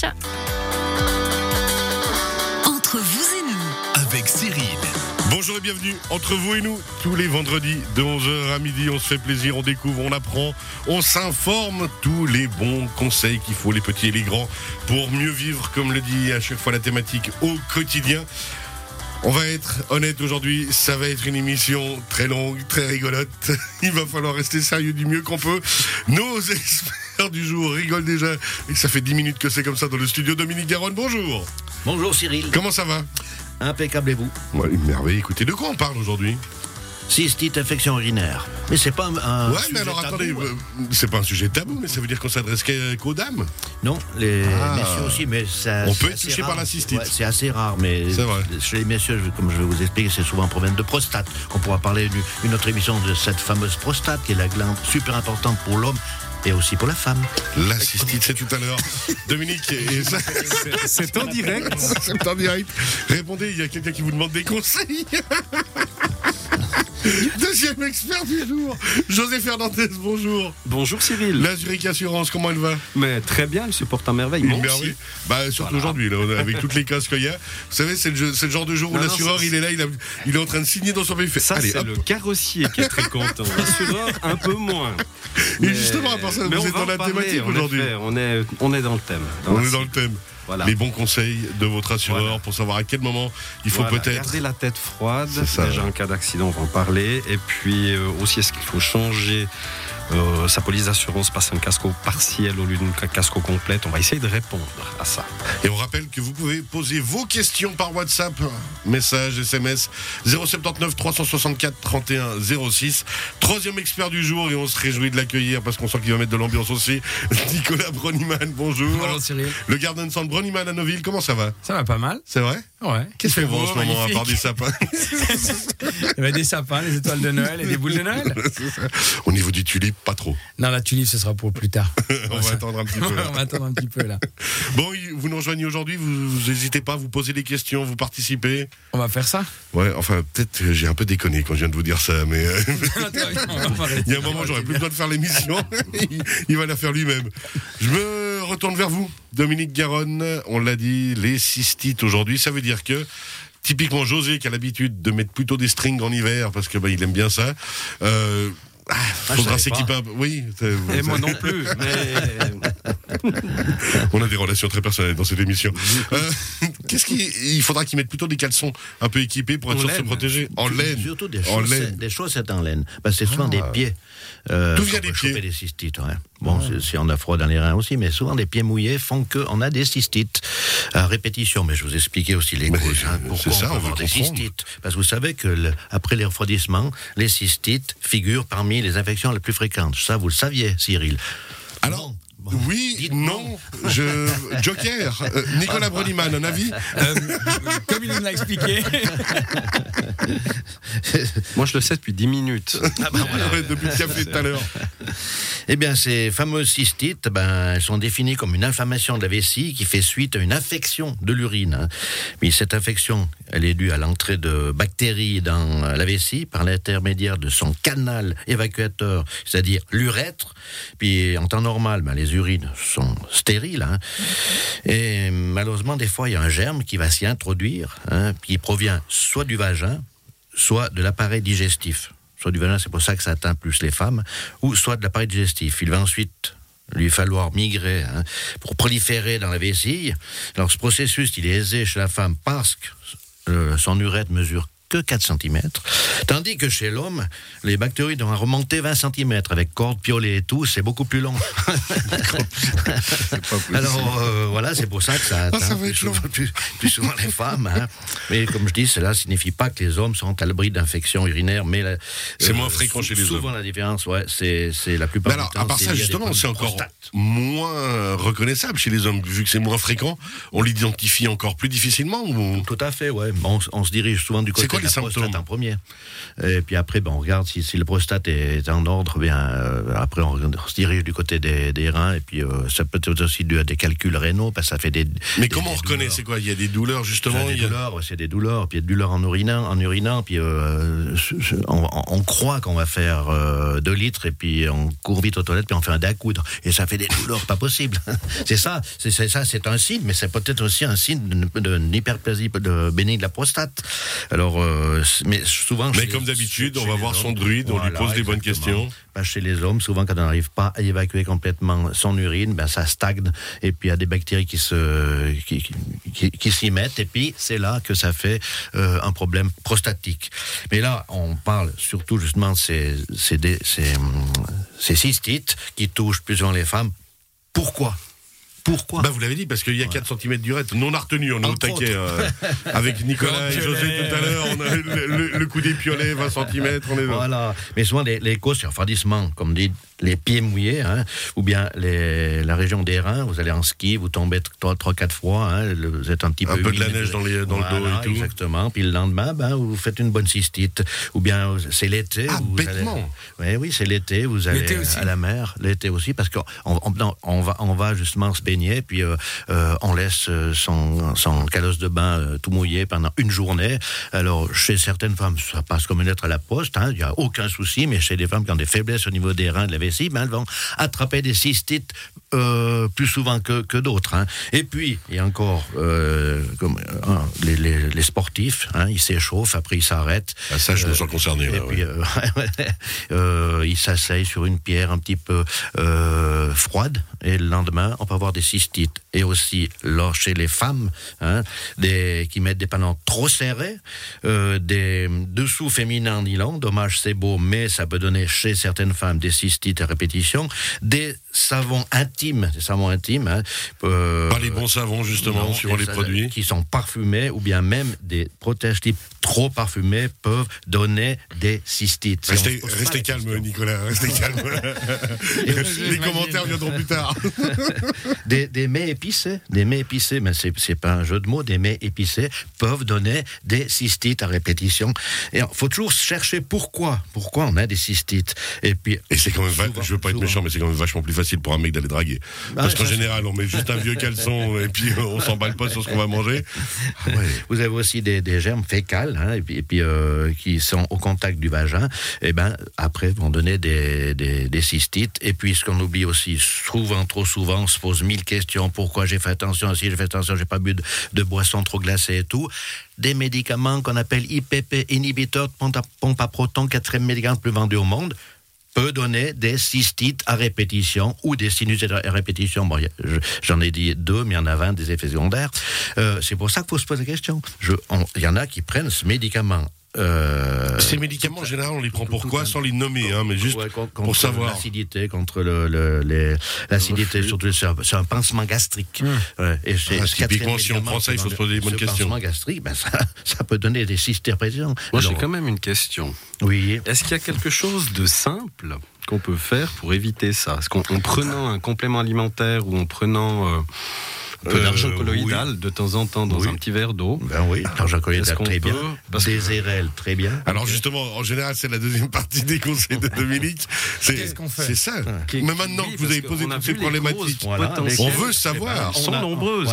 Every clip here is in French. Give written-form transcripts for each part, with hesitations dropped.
Entre vous et nous, avec Cyril. Bonjour et bienvenue entre vous et nous, tous les vendredis de 11h à midi, on se fait plaisir, on découvre, on apprend, on s'informe, tous les bons conseils qu'il faut, les petits et les grands, pour mieux vivre, comme le dit à chaque fois la thématique, au quotidien. On va être honnête aujourd'hui, ça va être une émission très longue, très rigolote. Il va falloir rester sérieux du mieux qu'on peut. Nos experts du jour rigolent déjà, et ça fait 10 minutes que c'est comme ça dans le studio. Dominique Garonne, bonjour. Bonjour Cyril. Comment ça va? Impeccable et vous? Ouais, une merveille. Écoutez, de quoi on parle aujourd'hui? Cystite, infection urinaire. Mais c'est pas un ouais, sujet mais alors tabou, attendez, c'est pas un sujet tabou, mais ça veut dire qu'on s'adresse qu'aux dames? Non, les messieurs aussi, mais ça. On peut être touché par la cystite. Ouais, c'est assez rare, mais c'est vrai. Chez les messieurs, comme je vais vous expliquer, c'est souvent un problème de prostate. On pourra parler d'une autre émission de cette fameuse prostate, qui est la glande super importante pour l'homme. Et aussi pour la femme. La cystite, c'est tout à l'heure. Dominique, et ça, c'est en direct. C'est en direct. Répondez, il y a quelqu'un qui vous demande des conseils. Deuxième expert du jour, José Fernandez, bonjour. Bonjour Cyril. La Zurich Assurance, comment elle va? Mais très bien, elle supporte à merveille. Une merveille. Bah, surtout aujourd'hui, là, avec toutes les casques qu'il y a. Vous savez, c'est le genre de jour où l'assureur, il est là, il est en train de signer dans son pays. Ça, allez, c'est le carrossier qui est très content. L'assureur, un peu moins. Et justement, à part ça, vous êtes dans la thématique aujourd'hui. On est dans le thème. On est dans le thème. Voilà. Les bons conseils de votre assureur pour savoir à quel moment il faut peut-être garder la tête froide. Déjà en cas d'accident, on va en parler. Et puis aussi, est-ce qu'il faut changer sa police d'assurance, passer un casco partiel au lieu d'une casco complète? On va essayer de répondre à ça. Et on rappelle que vous pouvez poser vos questions par WhatsApp, message, SMS 079 364 31 06. Troisième expert du jour, et on se réjouit de l'accueillir parce qu'on sent qu'il va mettre de l'ambiance aussi. Nicolas Broniman, bonjour. Bonjour Cyril. Le Garden Centre Broniman à Neuville, comment ça va? Ça va pas mal. C'est vrai? Ouais. Qu'est-ce qu'il fait en ce moment à part des sapins? Il y a des sapins, des étoiles de Noël et des boules de Noël. Au niveau du tulipe, pas trop. Non, la tulipe, ce sera pour plus tard. On va attendre un petit peu. On va attendre un petit peu là. Bon, vous nous rejoignez aujourd'hui, vous n'hésitez pas, vous posez des questions, vous participez. On va faire ça? Ouais, enfin, peut-être j'ai un peu déconné quand je viens de vous dire ça, mais il y a un moment, j'aurais plus besoin de faire l'émission. Il va la faire lui-même. Je me retourne vers vous, Dominique Garonne. On l'a dit, les cystites aujourd'hui, ça veut dire que typiquement José qui a l'habitude de mettre plutôt des strings en hiver parce que il aime bien ça. Faudra s'équiper un peu. Oui. Et moi non plus. Mais... On a des relations très personnelles dans cette émission. Il faudra qu'ils mettent plutôt des caleçons un peu équipés pour être sûr de se protéger. En laine. Surtout des chaussettes en laine. Parce que c'est souvent des pieds. D'où vient des pieds? Des cystites, ouais. Bon, si on a froid dans les reins aussi, mais souvent des pieds mouillés font qu'on a des cystites. À répétition, mais je vous expliquais aussi les causes. Pourquoi on peut avoir des cystites? Parce que vous savez que après les refroidissements, les cystites figurent parmi les infections les plus fréquentes. Ça, vous le saviez, Cyril. Alors, oui, non, Joker, Nicolas Broniman, un avis? Comme il nous l'a expliqué. Moi, je le sais depuis 10 minutes. Depuis le café tout à l'heure. Eh bien, ces fameuses cystites, elles sont définies comme une inflammation de la vessie qui fait suite à une infection de l'urine. Mais cette infection, elle est due à l'entrée de bactéries dans la vessie par l'intermédiaire de son canal évacuateur, c'est-à-dire l'urètre. Puis, en temps normal, les urines sont stériles. Et malheureusement, des fois, il y a un germe qui va s'y introduire, qui provient soit du vagin, soit de l'appareil digestif. Soit du vagin, c'est pour ça que ça atteint plus les femmes, ou soit de l'appareil digestif. Il va ensuite lui falloir migrer pour proliférer dans la vessie. Alors ce processus, il est aisé chez la femme parce que son urètre mesure que 4 cm, tandis que chez l'homme, les bactéries doivent remonter 20 cm, avec cordes, piolets et tout, c'est beaucoup plus long. Alors voilà, c'est pour ça que ça atteint plus souvent les femmes. Mais comme je dis, cela signifie pas que les hommes sont à l'abri d'infections urinaires, mais c'est moins fréquent chez les hommes. Souvent la différence, c'est la plupart du temps. À part ça, justement, c'est encore moins reconnaissable chez les hommes, vu que c'est moins fréquent, on l'identifie encore plus difficilement ou... Tout à fait, ouais. On se dirige souvent du côté les symptômes en premier. Et puis après, on regarde si le prostate est en ordre. Après, on se dirige du côté des reins. Et puis, ça peut être aussi dû à des calculs rénaux, parce que ça fait des. Mais comment on reconnaît? C'est quoi? Il y a des douleurs justement. C'est des douleurs. Puis il y a des douleurs en urinant. Puis on croit qu'on va faire 2 litres et puis on court vite aux toilettes puis on fait un découdre. Et ça fait des douleurs pas possible. C'est ça. C'est un signe, mais c'est peut-être aussi un signe d'une hyperplasie bénigne de la prostate. Alors, mais souvent. Mais comme d'habitude, on va voir son druide, on lui pose des bonnes questions. Chez les hommes, souvent quand on n'arrive pas à évacuer complètement son urine, ça stagne et puis il y a des bactéries qui s'y mettent et puis c'est là que ça fait un problème prostatique. Mais là, on parle surtout justement de ces cystites qui touchent plus souvent les femmes. Pourquoi ? Vous l'avez dit, parce qu'il y a 4 cm d'urètre. Nous, on a retenu, on est au taquet. Avec Nicolas et José tout à l'heure, on a le coup des piolets, 20 cm, on est là. Voilà. Mais souvent, les causes, c'est refroidissement, comme dit, les pieds mouillés, ou bien la région des reins, vous allez en ski, vous tombez 3-4 fois, vous êtes un petit peu un peu humide, de la neige dans le dos et tout. Exactement. Puis le lendemain, vous faites une bonne cystite. Ou bien c'est l'été. Bêtement. Oui, c'est l'été, vous allez à la mer. L'été aussi, parce qu'on va justement se baigner, puis on laisse son calosse de bain tout mouillé pendant une journée. Alors, chez certaines femmes, ça passe comme une lettre à la poste, il n'y a aucun souci, mais chez les femmes qui ont des faiblesses au niveau des reins, de la vessie, elles vont attraper des cystites plus souvent que d'autres. Et puis, il y a encore les sportifs, ils s'échauffent, après ils s'arrêtent. Ça, je me sens concerné. Et puis, ils s'asseyent sur une pierre un petit peu froide, et le lendemain, on peut avoir des cystites. Et aussi, chez les femmes, qui mettent des pantalons trop serrés, des dessous féminins en nylon, dommage c'est beau, mais ça peut donner chez certaines femmes des cystites à répétition, des savons intimes. Pas les bons savons, justement, suivant les produits. Qui sont parfumés, ou bien même des protège-types trop parfumés peuvent donner des cystites. Restez calme, Nicolas, restez calme. Les commentaires viendront plus tard. Des mets épicés, mais c'est pas un jeu de mots, des mets épicés peuvent donner des cystites à répétition. Et il faut toujours chercher pourquoi on a des cystites. Et c'est quand même, je veux pas être méchant, mais c'est quand même vachement plus facile pour un mec d'aller draguer. Parce qu'en général, on met juste un vieux caleçon et puis on s'emballe pas sur ce qu'on va manger. Vous avez aussi des germes fécales, et puis qui sont au contact du vagin, et après vont donner des cystites. Et puis ce qu'on oublie aussi, trop souvent, on se pose 1000 questions. Pourquoi j'ai fait attention, si j'ai fait attention, j'ai pas bu de boissons trop glacées et tout. Des médicaments qu'on appelle IPP, inhibiteur de pompe à proton, 4e médicament le plus vendu au monde, peut donner des cystites à répétition ou des sinusites à répétition. J'en ai dit 2, mais il y en a 20 des effets secondaires. C'est pour ça qu'il faut se poser la question. Il y en a qui prennent ce médicament. Ces médicaments, en général, on les prend pourquoi? Sans les nommer, mais juste pour savoir. L'acidité, contre l'acidité, surtout c'est un pansement gastrique. Et typiquement, si on prend ça, il faut se poser des bonnes questions. Pansement gastrique, ça peut donner des cystites à répétition. Moi, j'ai quand même une question. Oui. Est-ce qu'il y a quelque chose de simple qu'on peut faire pour éviter ça? Est-ce qu'en prenant un complément alimentaire ou en prenant un peu d'argent colloïdal de temps en temps dans un petit verre d'eau? L'argent colloïdal, très bien. Des érelles, très bien. Alors justement, en général, c'est la deuxième partie des conseils de Dominique. Qu'est-ce qu'on fait? C'est ça. Mais maintenant que vous avez posé toutes ces problématiques, on veut savoir. Elles sont nombreuses.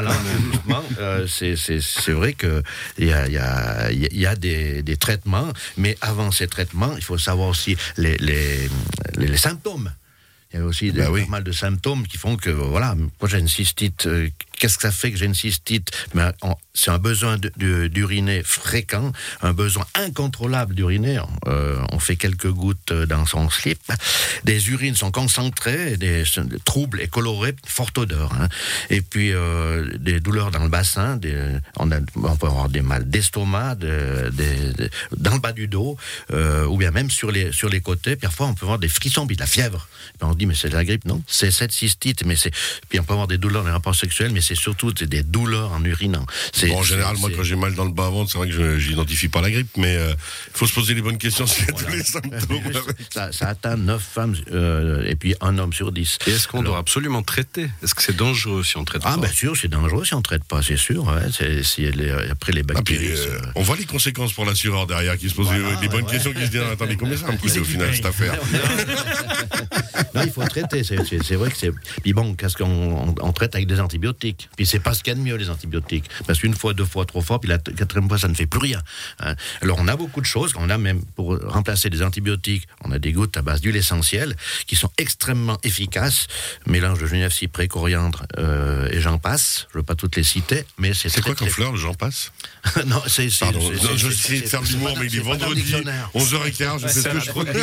C'est vrai qu'il y a des traitements, mais avant ces traitements, il faut savoir aussi les symptômes. Il y a aussi pas mal de symptômes qui font que, moi j'ai une cystite. Qu'est-ce que ça fait que j'ai une cystite? C'est un besoin d'uriner fréquent, un besoin incontrôlable d'uriner. On fait quelques gouttes dans son slip. Des urines sont concentrées, des troubles et colorés, forte odeur. Et puis des douleurs dans le bassin, on peut avoir des mal d'estomac, dans le bas du dos, ou bien même sur les côtés. Parfois on peut avoir des frissons, puis de la fièvre. Et on dit mais c'est de la grippe, non? C'est cette cystite, puis on peut avoir des douleurs dans les rapports sexuels, mais c'est c'est surtout des douleurs en urinant. En général, moi, quand j'ai mal dans le bas-ventre, c'est vrai que je n'identifie pas la grippe, mais il faut se poser les bonnes questions s'il y a tous les symptômes. Ça atteint 9 femmes et puis un homme sur 10. Et est-ce qu'on doit absolument traiter? Est-ce que c'est dangereux si on traite pas? Ah, bien sûr, c'est dangereux si on ne traite pas, c'est sûr. Ouais. Après, les bactéries... on voit les conséquences pour l'assureur derrière qui se pose les bonnes questions, qui se disent attendez, combien ça va me coûter au final cette affaire? Non, il faut traiter, c'est vrai que c'est... Puis bon, qu'est-ce qu'on traite avec des antibiotiques? Puis c'est pas ce qu'il y a de mieux, les antibiotiques. Parce qu'une fois, 2 fois, 3 fois, puis la 4e fois, ça ne fait plus rien. Hein. Alors, on a beaucoup de choses. On a même, pour remplacer des antibiotiques, on a des gouttes à base d'huile essentielle qui sont extrêmement efficaces. Mélange de genièvre, cyprès, coriandre et j'en passe. Je ne veux pas toutes les citer, mais c'est quoi comme fleur, j'en passe? Non, c'est... Pardon, je sais de faire de l'humour, mais il est vendredi, 11h15, je fais ce que je trouve.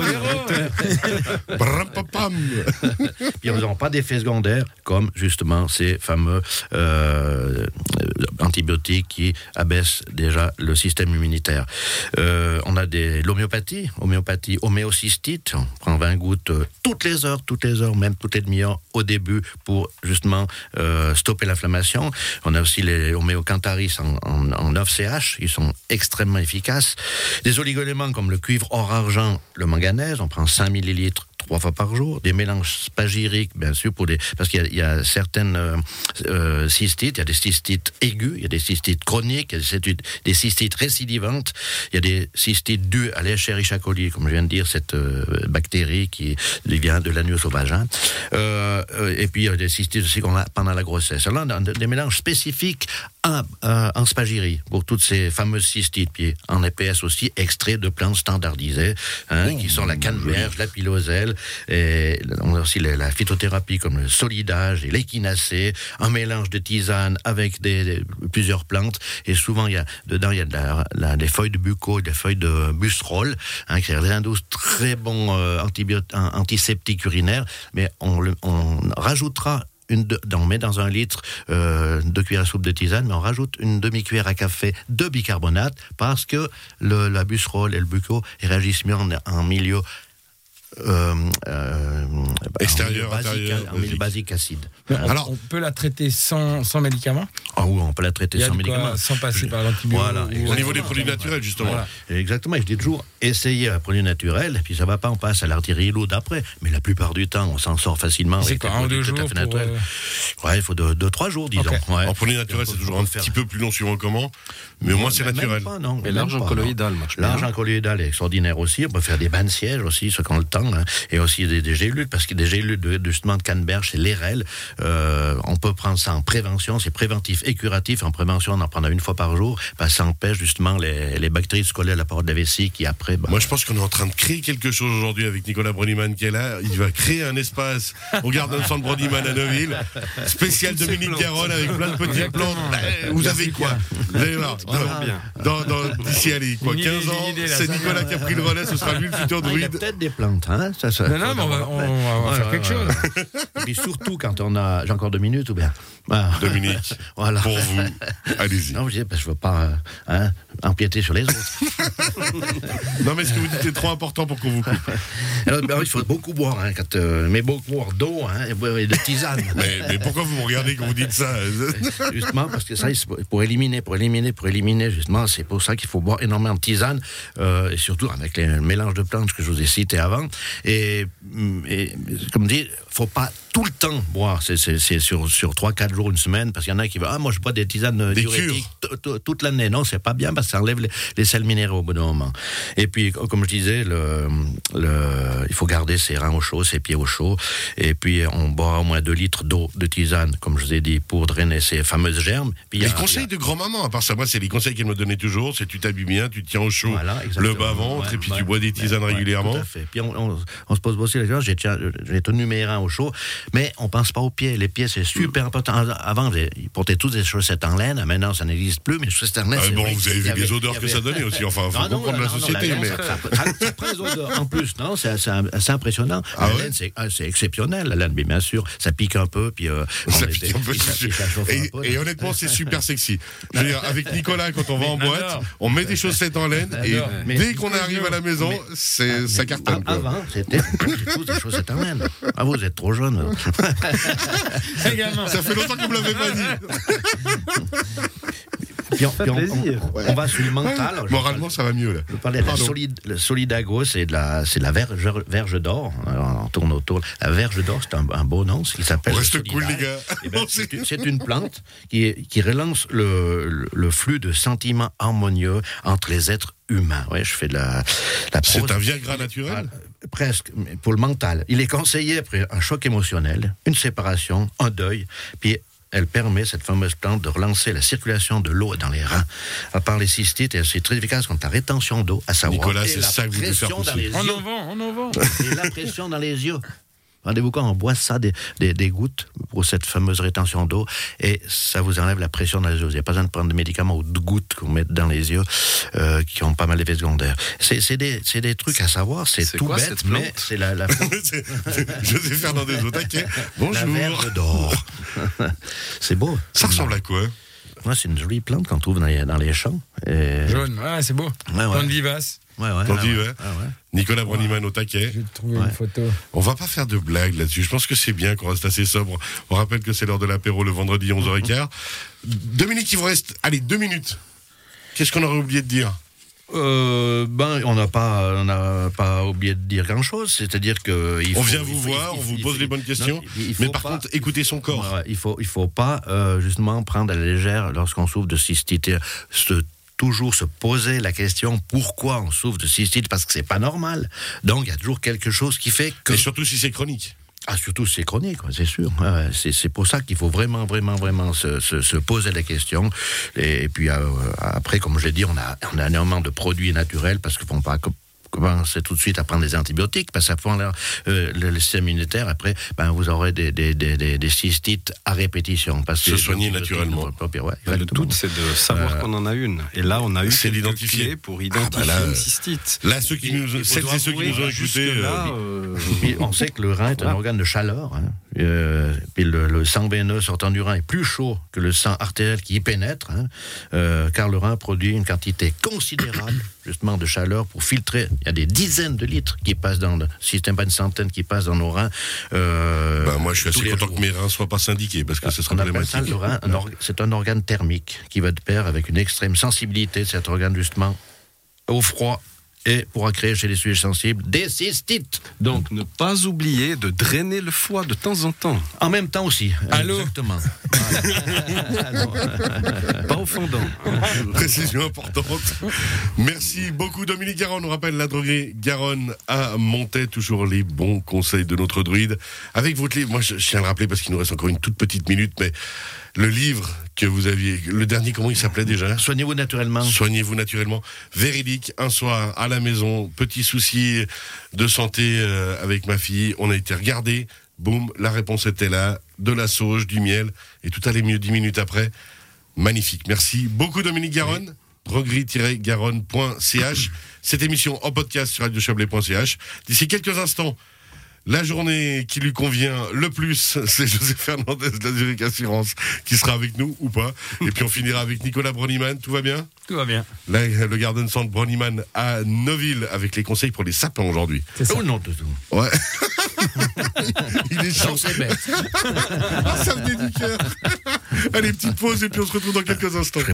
Puis ils n'ont pas d'effet secondaire, comme justement ces fameux antibiotiques qui abaissent déjà le système immunitaire. On a l'homéopathie, homéocystite. On prend 20 gouttes toutes les heures, même toutes les demi-heures au début pour justement stopper l'inflammation. On a aussi les homéocantharis en 9CH, ils sont extrêmement efficaces. Des oligoéléments comme le cuivre, or-argent, le manganèse, on prend 5 millilitres 3 fois par jour, des mélanges spagyriques, bien sûr, parce qu'il y a certaines cystites, il y a des cystites aiguës, il y a des cystites chroniques, il y a des cystites récidivantes, il y a des cystites dues à l'Escherichia coli, comme je viens de dire, cette bactérie qui vient de l'anus sauvage. Et puis il y a des cystites aussi qu'on a pendant la grossesse. Alors là, on a des mélanges spécifiques en spagyrie pour toutes ces fameuses cystites, puis en EPS aussi, extraits de plantes standardisées, qui sont la canneberge, la piloselle. Et on a aussi la phytothérapie comme le solidage et l'échinacée, un mélange de tisanes avec plusieurs plantes. Et souvent, dedans, il y a des feuilles de bucco et des feuilles de busserolles, qui induisent très bons antiseptiques urinaires. Mais on rajoutera on met dans 1 litre 2 cuillères à soupe de tisane, mais on rajoute une demi-cuillère à café de bicarbonate parce que la busserolle et le bucco réagissent mieux en milieu extérieur, en milieu basique acide. Alors, on peut la traiter sans médicaments? Ah oui, on peut la traiter sans médicaments. Sans passer par l'antibiotique. Voilà, au niveau des produits naturels, justement. Voilà. Exactement, je dis toujours, essayez un produit naturel, puis ça va pas, on passe à l'artillerie lourde après. Mais la plupart du temps, on s'en sort facilement. C'est quoi, 1 ou 2 jours Ouais, il faut 2-3 jours, disons. Okay. Ouais. En produit naturel, c'est toujours un petit peu plus long suivant comment, mais au moins c'est naturel. Et l'argent colloïdal marche bien. L'argent colloïdal est extraordinaire aussi. On peut faire des bains de siège aussi, ceux qui ont le temps. Et aussi des gélules, parce que des gélules justement de canneberge, c'est l'érel. On peut prendre ça en prévention, c'est préventif et curatif. En prévention, on en prend 1 fois par jour, parce que ça empêche justement les bactéries de se coller à la paroi de la vessie qui après... Moi, je pense qu'on est en train de créer quelque chose aujourd'hui avec Nicolas Brodiman qui est là. Il va créer un espace au Garden Centre Brodiman à Neuville, spécial Dominique Caron avec plein de petites plantes. Vous avez quoi? Vous allez voir. D'ici, allez, 15 ans, c'est Nicolas qui a pris le relais, ce sera lui le futur druide. Il y a peut-être des plantes, hein? Non, mais on va faire quelque chose. Et puis surtout quand j'ai encore 2 minutes ou bien. Dominique, voilà. pour vous, allez-y. Non, je ne veux pas empiéter sur les autres. Non, mais ce que vous dites est trop important pour qu'on vous coupe. Alors, il faut beaucoup boire, mais beaucoup boire d'eau et de tisane. Mais pourquoi vous me regardez quand vous dites ça? Justement, parce que ça, pour éliminer, justement, c'est pour ça qu'il faut boire énormément de tisane, et surtout avec le mélange de plantes que je vous ai cité avant. Et comme dit, faut pas tout le temps boire. C'est sur 3-4 jours, une semaine, parce qu'il y en a qui veulent moi je bois des tisanes diurétiques toute l'année. Non, c'est pas bien parce que ça enlève les sels minéraux au bout d'un moment. Et puis, comme je disais, il faut garder ses reins au chaud, ses pieds au chaud. Et puis, on boit au moins 2 litres d'eau de tisane, comme je vous ai dit, pour drainer ces fameuses germes. Puis, les conseils de grand-maman, à part ça, moi, c'est les conseils qu'elle me donnait toujours, c'est tu t'habilles bien, tu te tiens au chaud, le bas-ventre, et puis tu bois des tisanes régulièrement. Tout à fait. Puis on se pose aussi la question, j'ai tenu mes reins au chaud, mais on pense pas aux pieds. Les pieds, c'est super important. Avant, ils portaient tous des chaussettes en laine, maintenant, ça n'existe plus, mais les chaussettes en laine, vous avez vu les odeurs que ça donnait aussi, enfin, faut comprendre la société. Mais... Ça prend les odeurs en plus, non? C'est assez impressionnant. La laine, c'est exceptionnel, la laine, mais bien sûr, ça pique un peu, puis... ça pique un peu, et honnêtement, c'est super sexy. Je veux dire, avec Nicolas, quand on va en boîte, on met des chaussettes en laine, et dès qu'on arrive à la maison, ça cartonne. Avant, c'était tous des chaussettes en laine. Vous êtes êtes trop jeune. Également. Ça fait longtemps que vous me l'avez pas dit. Puis plaisir. on va sur le mental. Moralement, ça va mieux là. Je parlais de le Solidago, c'est la verge d'or. Alors, on tourne autour. La verge d'or, c'est un beau nom, ce qui s'appelle. On reste le cool, les Solidago. gars. Eh ben, c'est une plante qui relance le flux de sentiments harmonieux entre les êtres humains. Ouais, je fais de la C'est prose. un Viagra naturel. Presque, mais pour le mental. Il est conseillé après un choc émotionnel, une séparation, un deuil, puis elle permet, cette fameuse plante, de relancer la circulation de l'eau dans les reins. À part les cystites, c'est très efficace contre la rétention d'eau, à savoir Nicolas, et c'est la ça que vous devez faire pression dans pousser. les On yeux. en vend. Et la pression dans les yeux. Rendez-vous compte, on boit ça, des gouttes pour cette fameuse rétention d'eau, et ça vous enlève la pression dans les yeux. Il n'y a pas besoin de prendre des médicaments ou de gouttes qu'on met dans les yeux qui ont pas mal d'effets secondaires. C'est des trucs à savoir, c'est tout quoi, bête, cette plante mais c'est la José Fernandez au taquet. la Bonjour. verge d'or. C'est beau. Ça ressemble à quoi? Ouais, c'est une jolie plante qu'on trouve dans les champs. Et... Jaune, c'est beau. Ouais. Plante vivace. Ouais. On dit, ouais. Ouais. Nicolas Broniman au taquet. Je vais te trouver une photo. On va pas faire de blagues là-dessus. Je pense que c'est bien qu'on reste assez sobre. On rappelle que c'est l'heure de l'apéro le vendredi 11h15. Dominique, il vous reste, 2 minutes. Qu'est-ce qu'on aurait oublié de dire? On n'a pas oublié de dire grand-chose. C'est-à-dire que On vient vous voir, on vous pose les bonnes questions. Mais par contre, écoutez son corps. Ouais, il faut pas justement prendre à la légère lorsqu'on souffre de cystite. Toujours se poser la question pourquoi on souffre de cystite, parce que c'est pas normal. Donc il y a toujours quelque chose qui fait que. Et surtout si c'est chronique. Ah, surtout c'est chronique, c'est sûr. C'est pour ça qu'il faut vraiment se poser la question. Et puis après, comme je l'ai dit, on a énormément de produits naturels, parce qu'il ne faut pas commencer tout de suite à prendre des antibiotiques, parce que ça prend le système immunitaire. Après, vous aurez des cystites à répétition. Parce Se soigner naturellement. Le tout, c'est de savoir qu'on en a une. Et là, on a eu c'est quelques l'identifier. clés pour identifier une cystite. Là, ceux qui nous ont écoutés. Puis on sait que le rein est un organe de chaleur. Puis le sang veineux sortant du rein est plus chaud que le sang artériel qui y pénètre, car le rein produit une quantité considérable justement de chaleur pour filtrer. Il y a des dizaines de litres qui passent dans le système, pas une centaine qui passent dans nos reins. Moi, je suis assez content que mes reins ne soient pas syndiqués, parce que ce serait problématique. Le rein, c'est un organe thermique qui va de pair avec une extrême sensibilité de cet organe justement au froid, et pourra créer chez les sujets sensibles des cystites. Donc, ne pas oublier de drainer le foie de temps en temps. En même temps aussi. Allô. Exactement. Pas au fondant. Précision importante. Merci beaucoup Dominique Garonne. On rappelle la droguerie Garonne à Montaix. Toujours les bons conseils de notre druide. Avec votre livre, moi je tiens à le rappeler parce qu'il nous reste encore une toute petite minute, mais le livre que vous aviez, le dernier, comment il s'appelait déjà? Soignez-vous naturellement. Soignez-vous naturellement. Véridique, un soir à la maison, petit souci de santé avec ma fille, on a été regardé, boum, la réponse était là, de la sauge, du miel, et tout allait mieux 10 minutes après. Magnifique. Merci beaucoup Dominique Garonne. droguerie-garonne.ch. Cette émission en podcast sur radiochablais.ch. D'ici quelques instants, la journée qui lui convient le plus, c'est José Fernandez de la Zurich Assurance qui sera avec nous ou pas. Et puis on finira avec Nicolas Broniman. Tout va bien? Tout va bien. Là, le Garden Centre Broniman à Neuville avec les conseils pour les sapins aujourd'hui. C'est ça. Oh non, de tout. Ouais. Il est chaud. C'est bête. Ça venait du cœur. Allez, petite pause et puis on se retrouve dans quelques instants.